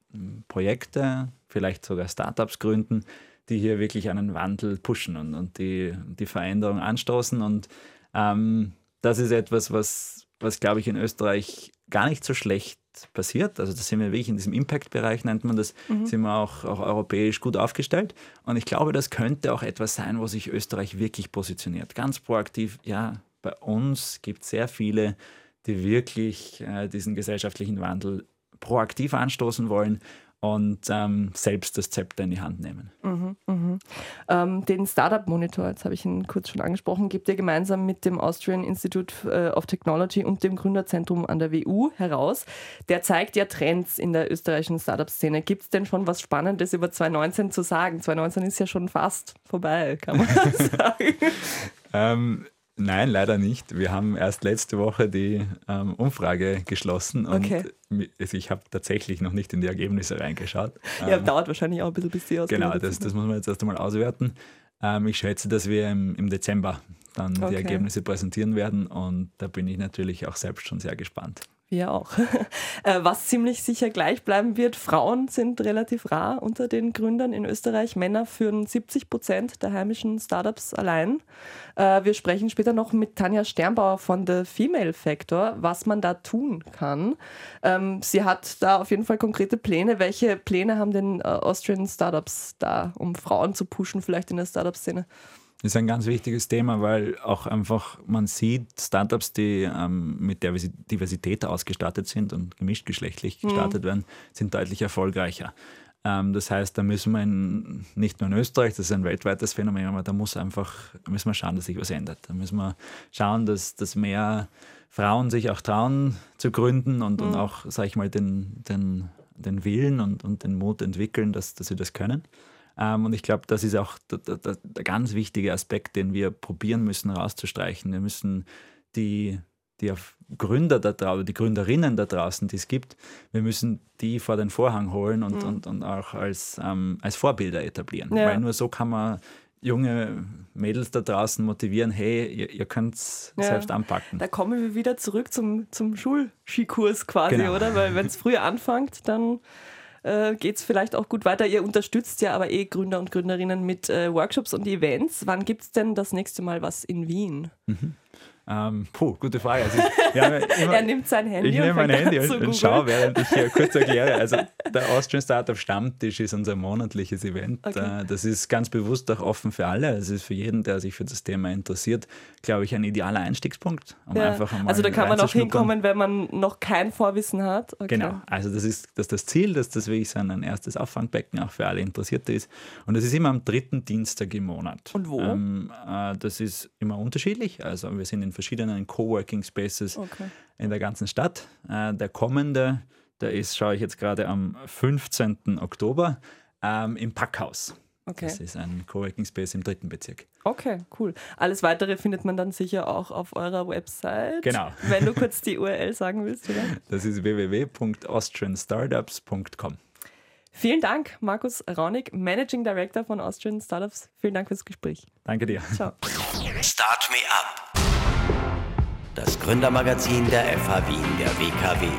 Speaker 6: Projekte, vielleicht sogar Startups gründen, die hier wirklich einen Wandel pushen und, und die, die Veränderung anstoßen. Und ähm, das ist etwas, was, was glaube ich, in Österreich gar nicht so schlecht passiert. Also das sind wir wirklich in diesem Impact-Bereich, nennt man das, mhm. sind wir auch, auch europäisch gut aufgestellt. Und ich glaube, das könnte auch etwas sein, wo sich Österreich wirklich positioniert. Ganz proaktiv, ja, bei uns gibt es sehr viele, die wirklich äh, diesen gesellschaftlichen Wandel proaktiv anstoßen wollen und ähm, selbst das Zepter in die Hand nehmen.
Speaker 5: Mhm, mhm. Ähm, den Startup-Monitor, jetzt habe ich ihn kurz schon angesprochen, gibt ihr gemeinsam mit dem Austrian Institute of Technology und dem Gründerzentrum an der W U heraus. Der zeigt ja Trends in der österreichischen Startup-Szene. Gibt es denn schon was Spannendes über zwanzig neunzehn zu sagen? zwanzig neunzehn ist ja schon fast vorbei, kann man sagen.
Speaker 6: ähm, Nein, leider nicht. Wir haben erst letzte Woche die ähm, Umfrage geschlossen und
Speaker 5: okay.
Speaker 6: also ich habe tatsächlich noch nicht in die Ergebnisse reingeschaut.
Speaker 5: Ja,
Speaker 6: ähm,
Speaker 5: dauert wahrscheinlich auch ein bisschen, bis die ausgewertet
Speaker 6: Genau, das, das muss man jetzt erst einmal auswerten. Ähm, ich schätze, dass wir im, im Dezember dann okay. die Ergebnisse präsentieren werden und da bin ich natürlich auch selbst schon sehr gespannt.
Speaker 5: Wir auch. Was ziemlich sicher gleich bleiben wird, Frauen sind relativ rar unter den Gründern in Österreich. Männer führen siebzig Prozent der heimischen Startups allein. Wir sprechen später noch mit Tanja Sternbauer von The Female Factor, was man da tun kann. Sie hat da auf jeden Fall konkrete Pläne. Welche Pläne haben denn Austrian Startups da, um Frauen zu pushen, vielleicht in der Startup-Szene?
Speaker 6: Das ist ein ganz wichtiges Thema, weil auch einfach man sieht, Startups, die ähm, mit der Diversität ausgestattet sind und gemischtgeschlechtlich gestartet mhm. werden, sind deutlich erfolgreicher. Ähm, das heißt, da müssen wir in, nicht nur in Österreich, das ist ein weltweites Phänomen, aber da muss einfach, da müssen wir schauen, dass sich was ändert. Da müssen wir schauen, dass, dass mehr Frauen sich auch trauen zu gründen und, mhm. und auch, sag ich mal, den, den, den Willen und, und den Mut entwickeln, dass, dass sie das können. Um, und ich glaube, das ist auch der, der, der ganz wichtige Aspekt, den wir probieren müssen rauszustreichen. Wir müssen die, die Gründer da draußen, die Gründerinnen da draußen, die es gibt, wir müssen die vor den Vorhang holen und, mhm. und, und auch als, ähm, als Vorbilder etablieren. Ja. Weil nur so kann man junge Mädels da draußen motivieren, hey, ihr, ihr könnt es ja. selbst anpacken.
Speaker 5: Da kommen wir wieder zurück zum, zum Schulskikurs quasi, genau. oder? Weil wenn es früh anfängt, dann äh, geht es vielleicht auch gut weiter. Ihr unterstützt ja aber eh Gründer und Gründerinnen mit äh, Workshops und Events. Wann gibt es denn das nächste Mal was in Wien?
Speaker 6: Mhm. Ähm, puh, gute Frage. Also ich, ja, immer,
Speaker 5: er nimmt sein Handy
Speaker 6: ich
Speaker 5: und
Speaker 6: nehme mein Handy und, und schaue, während ich hier kurz erkläre. Also der Austrian Startup Stammtisch ist unser monatliches Event. Okay. Das ist ganz bewusst auch offen für alle. Es ist für jeden, der sich für das Thema interessiert, glaube ich, ein idealer Einstiegspunkt. Um
Speaker 5: ja.
Speaker 6: einfach einmal
Speaker 5: also da kann man auch hinkommen, wenn man noch kein Vorwissen hat. Okay.
Speaker 6: Genau, also das ist das, das Ziel, dass das wirklich so ein erstes Auffangbecken auch für alle Interessierte ist. Und das ist immer am dritten Dienstag im Monat.
Speaker 5: Und wo?
Speaker 6: Ähm, äh, das ist immer unterschiedlich. Also wir sind in verschiedenen Coworking Spaces okay. in der ganzen Stadt. Äh, der kommende, Der ist, schaue ich jetzt gerade, am fünfzehnten Oktober ähm, im Packhaus.
Speaker 5: Okay.
Speaker 6: Das ist ein Coworking Space im dritten Bezirk.
Speaker 5: Okay, cool. Alles Weitere findet man dann sicher auch auf eurer Website.
Speaker 6: Genau.
Speaker 5: Wenn du kurz die U R L sagen willst, oder?
Speaker 6: Das ist w w w punkt austrian startups punkt com.
Speaker 5: Vielen Dank, Markus Raunig, Managing Director von Austrian Startups. Vielen Dank fürs Gespräch.
Speaker 6: Danke dir.
Speaker 5: Ciao.
Speaker 2: Start Me Up. Das Gründermagazin der F H Wien, der W K W.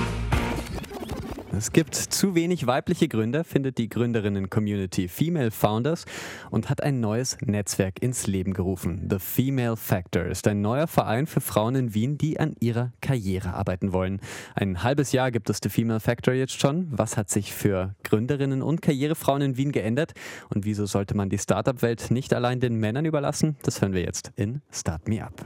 Speaker 1: Es gibt zu wenig weibliche Gründer, findet die Gründerinnen-Community Female Founders und hat ein neues Netzwerk ins Leben gerufen. The Female Factor ist ein neuer Verein für Frauen in Wien, die an ihrer Karriere arbeiten wollen. Ein halbes Jahr gibt es The Female Factor jetzt schon. Was hat sich für Gründerinnen und Karrierefrauen in Wien geändert? Und wieso sollte man die Startup-Welt nicht allein den Männern überlassen? Das hören wir jetzt in Start Me Up.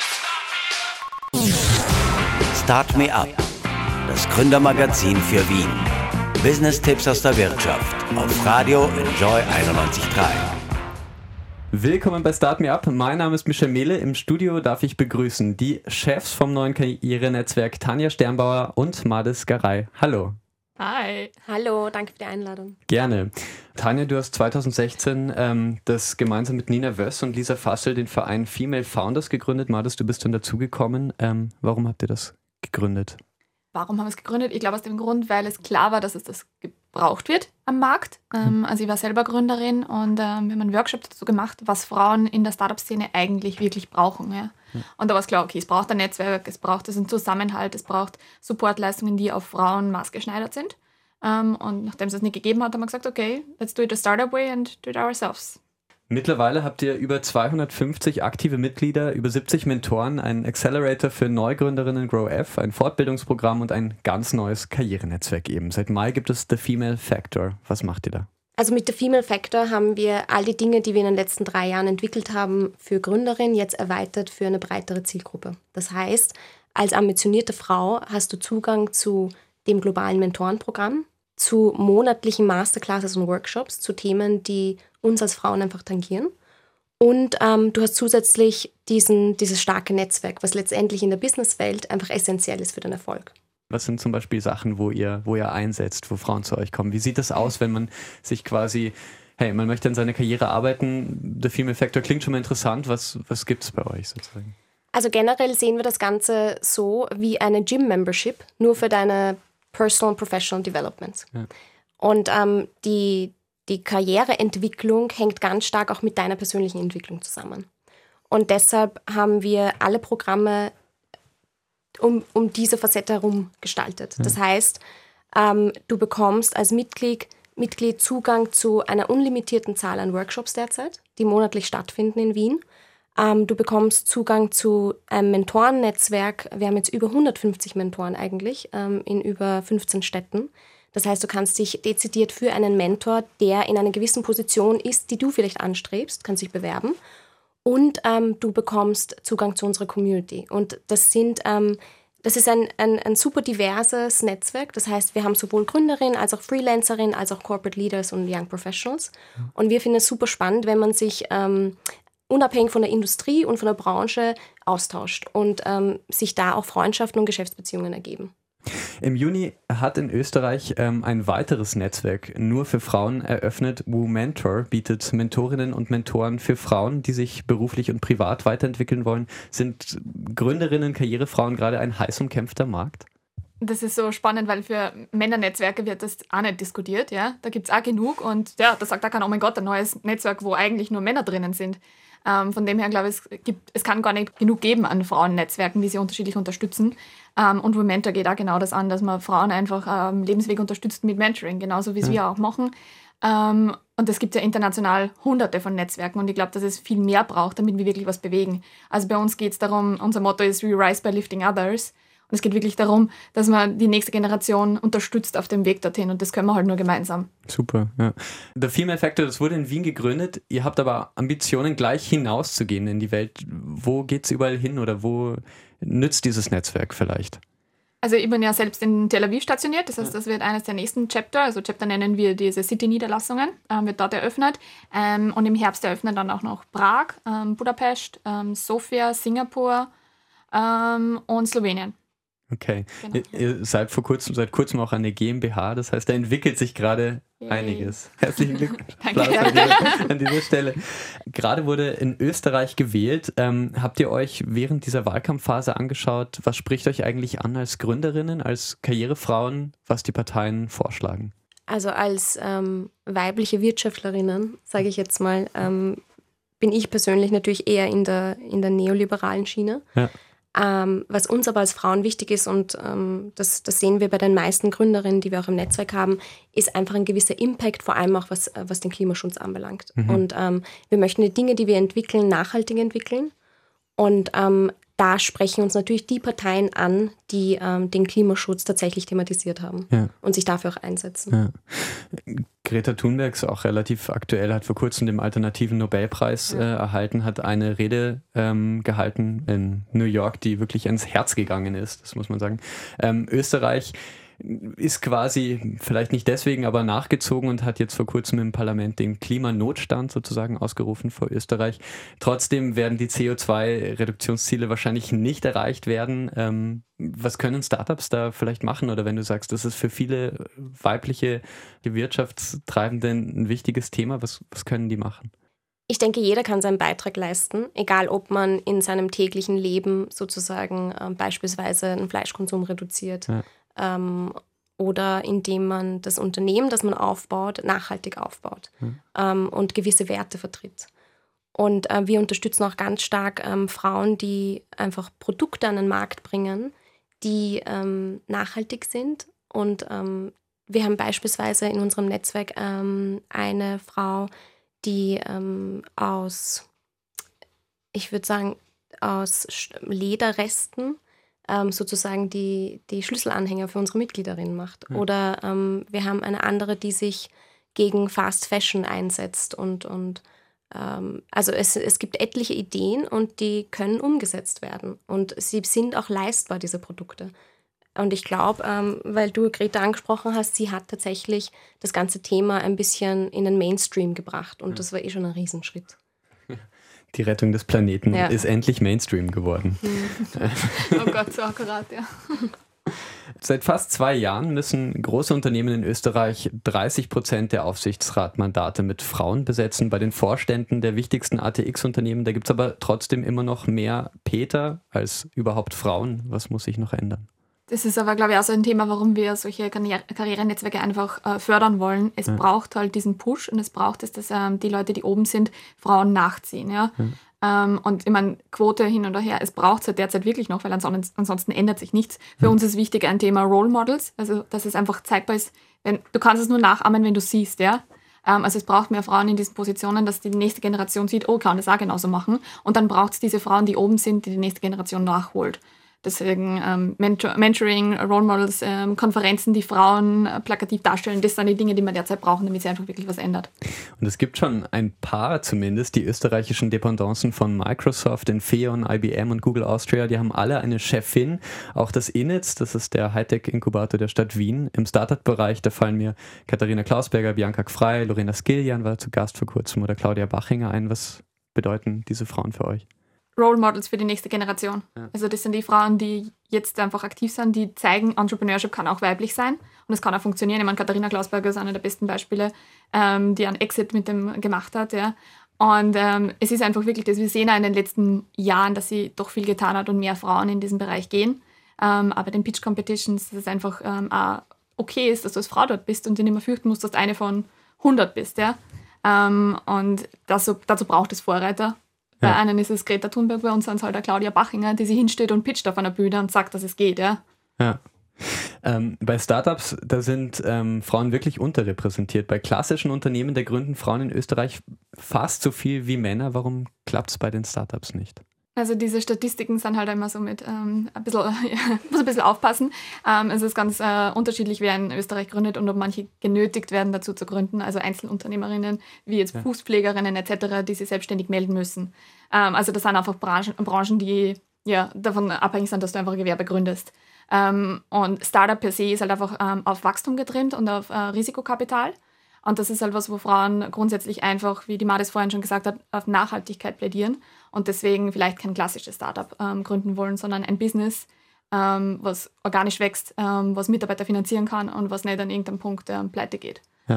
Speaker 2: Start Me Up. Das Gründermagazin für Wien. Business-Tipps aus der Wirtschaft auf Radio Enjoy einundneunzig Komma drei.
Speaker 1: Willkommen bei Start Me Up. Mein Name ist Michel Mehle. Im Studio darf ich begrüßen die Chefs vom neuen Karrierenetzwerk Tanja Sternbauer und Madis Garay. Hallo.
Speaker 7: Hi. Hallo, danke für die Einladung.
Speaker 1: Gerne. Tanja, du hast zweitausendsechzehn ähm, das gemeinsam mit Nina Wöss und Lisa Fassel den Verein Female Founders gegründet. Madis, du bist dann dazugekommen. Ähm, warum habt ihr das gegründet?
Speaker 7: Warum haben wir es gegründet? Ich glaube aus dem Grund, weil es klar war, dass es das gebraucht wird am Markt. Ähm, also ich war selber Gründerin und ähm, wir haben einen Workshop dazu gemacht, was Frauen in der Startup-Szene eigentlich wirklich brauchen. Ja. Und da war es klar, okay, es braucht ein Netzwerk, es braucht einen Zusammenhalt, es braucht Supportleistungen, die auf Frauen maßgeschneidert sind. Ähm, und nachdem es das nicht gegeben hat, haben wir gesagt, okay, let's do it the startup way and do it ourselves.
Speaker 1: Mittlerweile habt ihr über zweihundertfünfzig aktive Mitglieder, über siebzig Mentoren, einen Accelerator für Neugründerinnen GrowF, ein Fortbildungsprogramm und ein ganz neues Karrierenetzwerk eben. Seit Mai gibt es The Female Factor. Was macht ihr da?
Speaker 8: Also mit The Female Factor haben wir all die Dinge, die wir in den letzten drei Jahren entwickelt haben, für Gründerinnen jetzt erweitert für eine breitere Zielgruppe. Das heißt, als ambitionierte Frau hast du Zugang zu dem globalen Mentorenprogramm, zu monatlichen Masterclasses und Workshops zu Themen, die uns als Frauen einfach tangieren. Und ähm, du hast zusätzlich diesen, dieses starke Netzwerk, was letztendlich in der Businesswelt einfach essentiell ist für den Erfolg.
Speaker 1: Was sind zum Beispiel Sachen, wo ihr, wo ihr einsetzt, wo Frauen zu euch kommen? Wie sieht das aus, wenn man sich quasi, hey, man möchte an seiner Karriere arbeiten, The Female Factor klingt schon mal interessant, was, was gibt es bei euch sozusagen?
Speaker 8: Also generell sehen wir das Ganze so wie eine Gym-Membership, nur für deine Personal and Professional Development. Ja. Und ähm, die, die Karriereentwicklung hängt ganz stark auch mit deiner persönlichen Entwicklung zusammen. Und deshalb haben wir alle Programme um, um diese Facette herum gestaltet. Ja. Das heißt, ähm, du bekommst als Mitglied, Mitglied Zugang zu einer unlimitierten Zahl an Workshops derzeit, die monatlich stattfinden in Wien. Ähm, du bekommst Zugang zu einem Mentorennetzwerk. Wir haben jetzt über hundertfünfzig Mentoren eigentlich ähm, in über fünfzehn Städten. Das heißt, du kannst dich dezidiert für einen Mentor, der in einer gewissen Position ist, die du vielleicht anstrebst, kannst dich bewerben. Und ähm, du bekommst Zugang zu unserer Community. Und das sind, ähm, das ist ein, ein, ein super diverses Netzwerk. Das heißt, wir haben sowohl Gründerinnen als auch Freelancerinnen, als auch Corporate Leaders und Young Professionals. Und wir finden es super spannend, wenn man sich ähm, unabhängig von der Industrie und von der Branche austauscht und ähm, sich da auch Freundschaften und Geschäftsbeziehungen ergeben.
Speaker 1: Im Juni hat in Österreich ähm, ein weiteres Netzwerk nur für Frauen eröffnet. WoMentor bietet Mentorinnen und Mentoren für Frauen, die sich beruflich und privat weiterentwickeln wollen. Sind Gründerinnen, Karrierefrauen gerade ein heiß umkämpfter Markt?
Speaker 7: Das ist so spannend, weil für Männernetzwerke wird das auch nicht diskutiert. Ja? Da gibt es auch genug und ja, da sagt auch keiner, oh mein Gott, ein neues Netzwerk, wo eigentlich nur Männer drinnen sind. Ähm, von dem her glaube ich, es, gibt, es kann gar nicht genug geben an Frauennetzwerken, die sie unterschiedlich unterstützen. Ähm, und WoMentor geht auch genau das an, dass man Frauen einfach am ähm, Lebensweg unterstützt mit Mentoring, genauso wie es ja. wir auch machen. Ähm, und es gibt ja international hunderte von Netzwerken und ich glaube, dass es viel mehr braucht, damit wir wirklich was bewegen. Also bei uns geht es darum, unser Motto ist We Rise by Lifting Others. Und es geht wirklich darum, dass man die nächste Generation unterstützt auf dem Weg dorthin und das können wir halt nur gemeinsam.
Speaker 1: Super, ja. The Female Factor, das wurde in Wien gegründet. Ihr habt aber Ambitionen, gleich hinauszugehen in die Welt. Wo geht es überall hin oder wo nützt dieses Netzwerk vielleicht?
Speaker 7: Also ich bin ja selbst in Tel Aviv stationiert, das heißt, das wird eines der nächsten Chapter, also Chapter nennen wir diese City-Niederlassungen, ähm, wird dort eröffnet. Ähm, und im Herbst eröffnet dann auch noch Prag, ähm, Budapest, ähm, Sofia, Singapur ähm, und Slowenien.
Speaker 1: Okay.
Speaker 7: Genau.
Speaker 1: Ihr, ihr seid vor kurzem, seit kurzem auch eine GmbH, das heißt, da entwickelt sich gerade
Speaker 7: Yay.
Speaker 1: einiges. Herzlichen Glückwunsch.
Speaker 7: Danke.
Speaker 1: Applaus an dieser, an dieser Stelle. Gerade wurde in Österreich gewählt. Ähm, habt ihr euch während dieser Wahlkampfphase angeschaut, was spricht euch eigentlich an als Gründerinnen, als Karrierefrauen, was die Parteien vorschlagen?
Speaker 8: Also als ähm, weibliche Wirtschaftlerinnen, sage ich jetzt mal, ähm, bin ich persönlich natürlich eher in der, in der neoliberalen Schiene.
Speaker 1: Ja.
Speaker 8: Ähm, was uns aber als Frauen wichtig ist, und ähm, das, das sehen wir bei den meisten Gründerinnen, die wir auch im Netzwerk haben, ist einfach ein gewisser Impact, vor allem auch was, was den Klimaschutz anbelangt. Mhm. Und ähm, wir möchten die Dinge, die wir entwickeln, nachhaltig entwickeln. Und ähm, da sprechen uns natürlich die Parteien an, die ähm, den Klimaschutz tatsächlich thematisiert haben, ja, und sich dafür auch einsetzen.
Speaker 1: Ja. Greta Thunberg ist auch relativ aktuell, hat vor kurzem den alternativen Nobelpreis ja. äh, erhalten, hat eine Rede ähm, gehalten in New York, die wirklich ans Herz gegangen ist, das muss man sagen. Ähm, Österreich ist quasi, vielleicht nicht deswegen, aber nachgezogen und hat jetzt vor kurzem im Parlament den Klimanotstand sozusagen ausgerufen vor Österreich. Trotzdem werden die C O zwei Reduktionsziele wahrscheinlich nicht erreicht werden. Ähm, was können Startups da vielleicht machen? Oder wenn du sagst, das ist für viele weibliche Wirtschaftstreibende ein wichtiges Thema, was, was können die machen?
Speaker 8: Ich denke, jeder kann seinen Beitrag leisten, egal ob man in seinem täglichen Leben sozusagen äh, beispielsweise den Fleischkonsum reduziert. Ja. Ähm, oder indem man das Unternehmen, das man aufbaut, nachhaltig aufbaut, mhm. ähm, und gewisse Werte vertritt. Und äh, wir unterstützen auch ganz stark ähm, Frauen, die einfach Produkte an den Markt bringen, die ähm, nachhaltig sind. Und ähm, wir haben beispielsweise in unserem Netzwerk ähm, eine Frau, die ähm, aus, ich würde sagen, aus Lederresten Ähm, sozusagen die, die Schlüsselanhänger für unsere Mitgliederinnen macht. Ja. Oder ähm, wir haben eine andere, die sich gegen Fast Fashion einsetzt. Und, und ähm, also es, es gibt etliche Ideen und die können umgesetzt werden. Und sie sind auch leistbar, diese Produkte. Und ich glaube, ähm, weil du Greta angesprochen hast, sie hat tatsächlich das ganze Thema ein bisschen in den Mainstream gebracht. Und ja. das war eh schon ein Riesenschritt.
Speaker 1: Die Rettung des Planeten ja. ist endlich Mainstream geworden.
Speaker 7: Oh Gott, so akkurat, ja.
Speaker 1: Seit fast zwei Jahren müssen große Unternehmen in Österreich dreißig Prozent der Aufsichtsratmandate mit Frauen besetzen. Bei den Vorständen der wichtigsten A T X-Unternehmen, da gibt es aber trotzdem immer noch mehr Peter als überhaupt Frauen. Was muss sich noch ändern?
Speaker 7: Das ist aber, glaube ich, auch so ein Thema, warum wir solche Karriere- Karrierenetzwerke einfach äh, fördern wollen. Es ja. braucht halt diesen Push und es braucht es, dass ähm, die Leute, die oben sind, Frauen nachziehen. Ja? ja. Ähm, und ich meine, Quote hin und her, es braucht es halt derzeit wirklich noch, weil ansonsten, ansonsten ändert sich nichts. Für ja. uns ist wichtig ein Thema Role Models, also dass es einfach zeigbar ist. Wenn, du kannst es nur nachahmen, wenn du siehst. Ja? Ähm, also es braucht mehr Frauen in diesen Positionen, dass die nächste Generation sieht, oh, kann das auch genauso machen. Und dann braucht es diese Frauen, die oben sind, die die nächste Generation nachholt. Deswegen ähm, Mentor- Mentoring, Role Models, ähm, Konferenzen, die Frauen äh, plakativ darstellen, das sind die Dinge, die wir derzeit brauchen, damit sich einfach wirklich was ändert.
Speaker 1: Und es gibt schon ein paar zumindest, die österreichischen Dependancen von Microsoft, Infeon, I B M und Google Austria, die haben alle eine Chefin. Auch das INITS, das ist der Hightech-Inkubator der Stadt Wien. Im Startup-Bereich, da fallen mir Katharina Klausberger, Bianca Gfrey, Lorena Skiljan war zu Gast vor kurzem oder Claudia Bachinger ein. Was bedeuten diese Frauen für euch?
Speaker 7: Role Models für die nächste Generation. Ja. Also das sind die Frauen, die jetzt einfach aktiv sind, die zeigen, Entrepreneurship kann auch weiblich sein und es kann auch funktionieren. Ich meine, Katharina Klausberger ist einer der besten Beispiele, ähm, die einen Exit mit dem gemacht hat. Ja. Und ähm, es ist einfach wirklich das, wir sehen auch in den letzten Jahren, dass sie doch viel getan hat und mehr Frauen in diesem Bereich gehen. Ähm, aber den Pitch Competitions, dass es einfach ähm, auch okay ist, dass du als Frau dort bist und dir nicht mehr fürchten musst, dass du eine von hundert bist. Ja. Ähm, und das, dazu braucht es Vorreiter. Bei ja. einen ist es Greta Thunberg, bei uns sind es halt der Claudia Bachinger, die sich hinsteht und pitcht auf einer Bühne und sagt, dass es geht. Ja.
Speaker 1: ja. Ähm, bei Startups, da sind ähm, Frauen wirklich unterrepräsentiert. Bei klassischen Unternehmen, da gründen Frauen in Österreich fast so viel wie Männer. Warum klappt es bei den Startups nicht?
Speaker 7: Also diese Statistiken sind halt immer so mit ähm, ein bisschen, ja, muss ein bisschen aufpassen. Ähm, es ist ganz äh, unterschiedlich, wer in Österreich gründet und ob manche genötigt werden, dazu zu gründen. Also Einzelunternehmerinnen, wie jetzt ja. Fußpflegerinnen et cetera, die sich selbstständig melden müssen. Ähm, also das sind einfach Branchen, Branchen die ja, davon abhängig sind, dass du einfach ein Gewerbe gründest. Ähm, und Startup per se ist halt einfach ähm, auf Wachstum getrimmt und auf äh, Risikokapital. Und das ist halt was, wo Frauen grundsätzlich einfach, wie die Madis vorhin schon gesagt hat, auf Nachhaltigkeit plädieren und deswegen vielleicht kein klassisches Startup ähm, gründen wollen, sondern ein Business, ähm, was organisch wächst, ähm, was Mitarbeiter finanzieren kann und was nicht an irgendeinem Punkt ähm, pleite geht.
Speaker 1: Ja.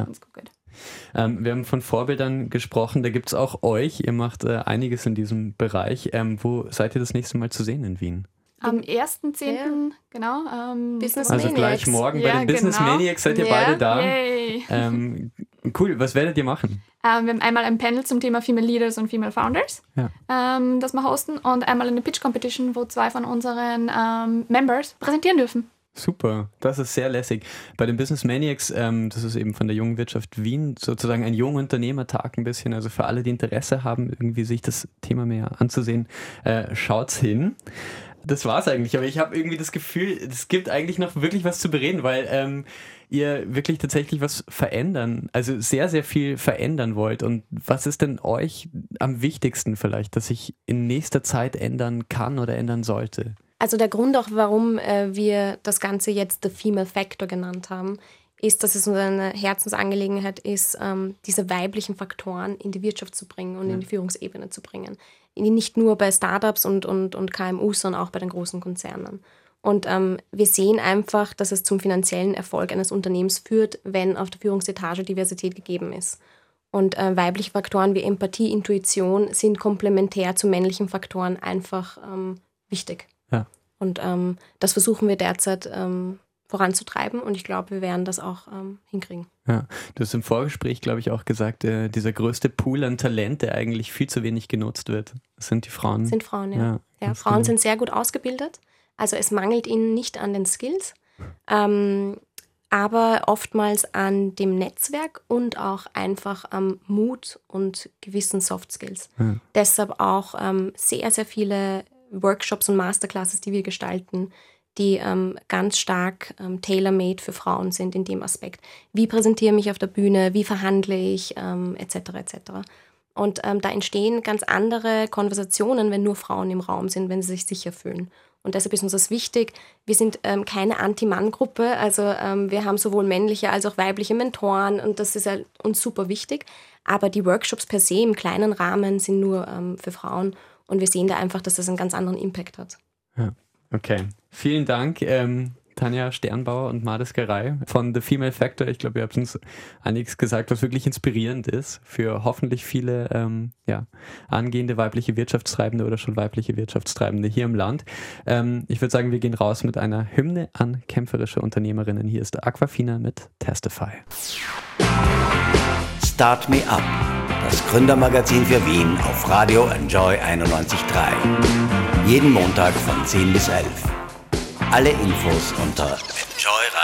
Speaker 1: Ähm, wir haben von Vorbildern gesprochen, da gibt es auch euch, ihr macht äh, einiges in diesem Bereich. Ähm, wo seid ihr das nächste Mal zu sehen in Wien?
Speaker 7: Am ersten zehnten,
Speaker 8: ja.
Speaker 7: genau. Ähm,
Speaker 8: Business
Speaker 1: also
Speaker 8: Maniacs.
Speaker 1: gleich morgen
Speaker 7: ja,
Speaker 1: bei den Business
Speaker 7: genau.
Speaker 1: Maniacs seid ihr
Speaker 8: Ja.
Speaker 1: beide da.
Speaker 7: Yay.
Speaker 1: Ähm, cool, was werdet ihr machen?
Speaker 7: Ähm, wir haben einmal ein Panel zum Thema Female Leaders und Female Founders,
Speaker 1: Ja.
Speaker 7: ähm, das wir hosten, und einmal eine Pitch Competition, wo zwei von unseren ähm, Members präsentieren dürfen.
Speaker 1: Super, das ist sehr lässig. Bei den Business Maniacs, ähm, das ist eben von der Jungen Wirtschaft Wien, sozusagen ein Jungunternehmertag ein bisschen. Also für alle, die Interesse haben, irgendwie sich das Thema mehr anzusehen, äh, schaut's hin. Das war's eigentlich, aber ich habe irgendwie das Gefühl, es gibt eigentlich noch wirklich was zu bereden, weil ähm, ihr wirklich tatsächlich was verändern, also sehr, sehr viel verändern wollt. Und was ist denn euch am wichtigsten vielleicht, dass sich in nächster Zeit ändern kann oder ändern sollte?
Speaker 8: Also der Grund auch, warum äh, wir das Ganze jetzt The Female Factor genannt haben, ist, dass es uns eine Herzensangelegenheit ist, ähm, diese weiblichen Faktoren in die Wirtschaft zu bringen und ja. in die Führungsebene zu bringen. Nicht nur bei Startups und, und, und K M Us, sondern auch bei den großen Konzernen. Und ähm, wir sehen einfach, dass es zum finanziellen Erfolg eines Unternehmens führt, wenn auf der Führungsetage Diversität gegeben ist. Und äh, weibliche Faktoren wie Empathie, Intuition sind komplementär zu männlichen Faktoren einfach ähm, wichtig.
Speaker 1: Ja.
Speaker 8: Und ähm, das versuchen wir derzeit ähm, voranzutreiben und ich glaube, wir werden das auch ähm, hinkriegen.
Speaker 1: Ja, du hast im Vorgespräch, glaube ich, auch gesagt, äh, dieser größte Pool an Talent, der eigentlich viel zu wenig genutzt wird, sind die Frauen.
Speaker 8: Sind Frauen, ja.
Speaker 1: Ja,
Speaker 8: ja Frauen
Speaker 1: genau.
Speaker 8: sind sehr gut ausgebildet, also es mangelt ihnen nicht an den Skills, ähm, aber oftmals an dem Netzwerk und auch einfach am Mut und gewissen Soft Skills.
Speaker 1: Ja.
Speaker 8: Deshalb auch ähm, sehr, sehr viele Workshops und Masterclasses, die wir gestalten, die ähm, ganz stark ähm, tailor-made für Frauen sind in dem Aspekt. Wie präsentiere ich mich auf der Bühne, wie verhandle ich, ähm, et cetera et cetera. Und ähm, da entstehen ganz andere Konversationen, wenn nur Frauen im Raum sind, wenn sie sich sicher fühlen. Und deshalb ist uns das wichtig. Wir sind ähm, keine Anti-Mann-Gruppe, also ähm, wir haben sowohl männliche als auch weibliche Mentoren und das ist halt uns super wichtig. Aber die Workshops per se im kleinen Rahmen sind nur ähm, für Frauen. Und wir sehen da einfach, dass das einen ganz anderen Impact hat.
Speaker 1: Ja, okay. Vielen Dank, ähm, Tanja Sternbauer und Mades Garay von The Female Factor. Ich glaube, ihr habt uns einiges gesagt, was wirklich inspirierend ist für hoffentlich viele ähm, ja, angehende weibliche Wirtschaftstreibende oder schon weibliche Wirtschaftstreibende hier im Land. Ähm, ich würde sagen, wir gehen raus mit einer Hymne an kämpferische Unternehmerinnen. Hier ist Aquafina mit Testify.
Speaker 2: Start Me Up, das Gründermagazin für Wien auf Radio Enjoy einundneunzig Komma drei. Jeden Montag von zehn bis elf. Alle Infos unter enjoy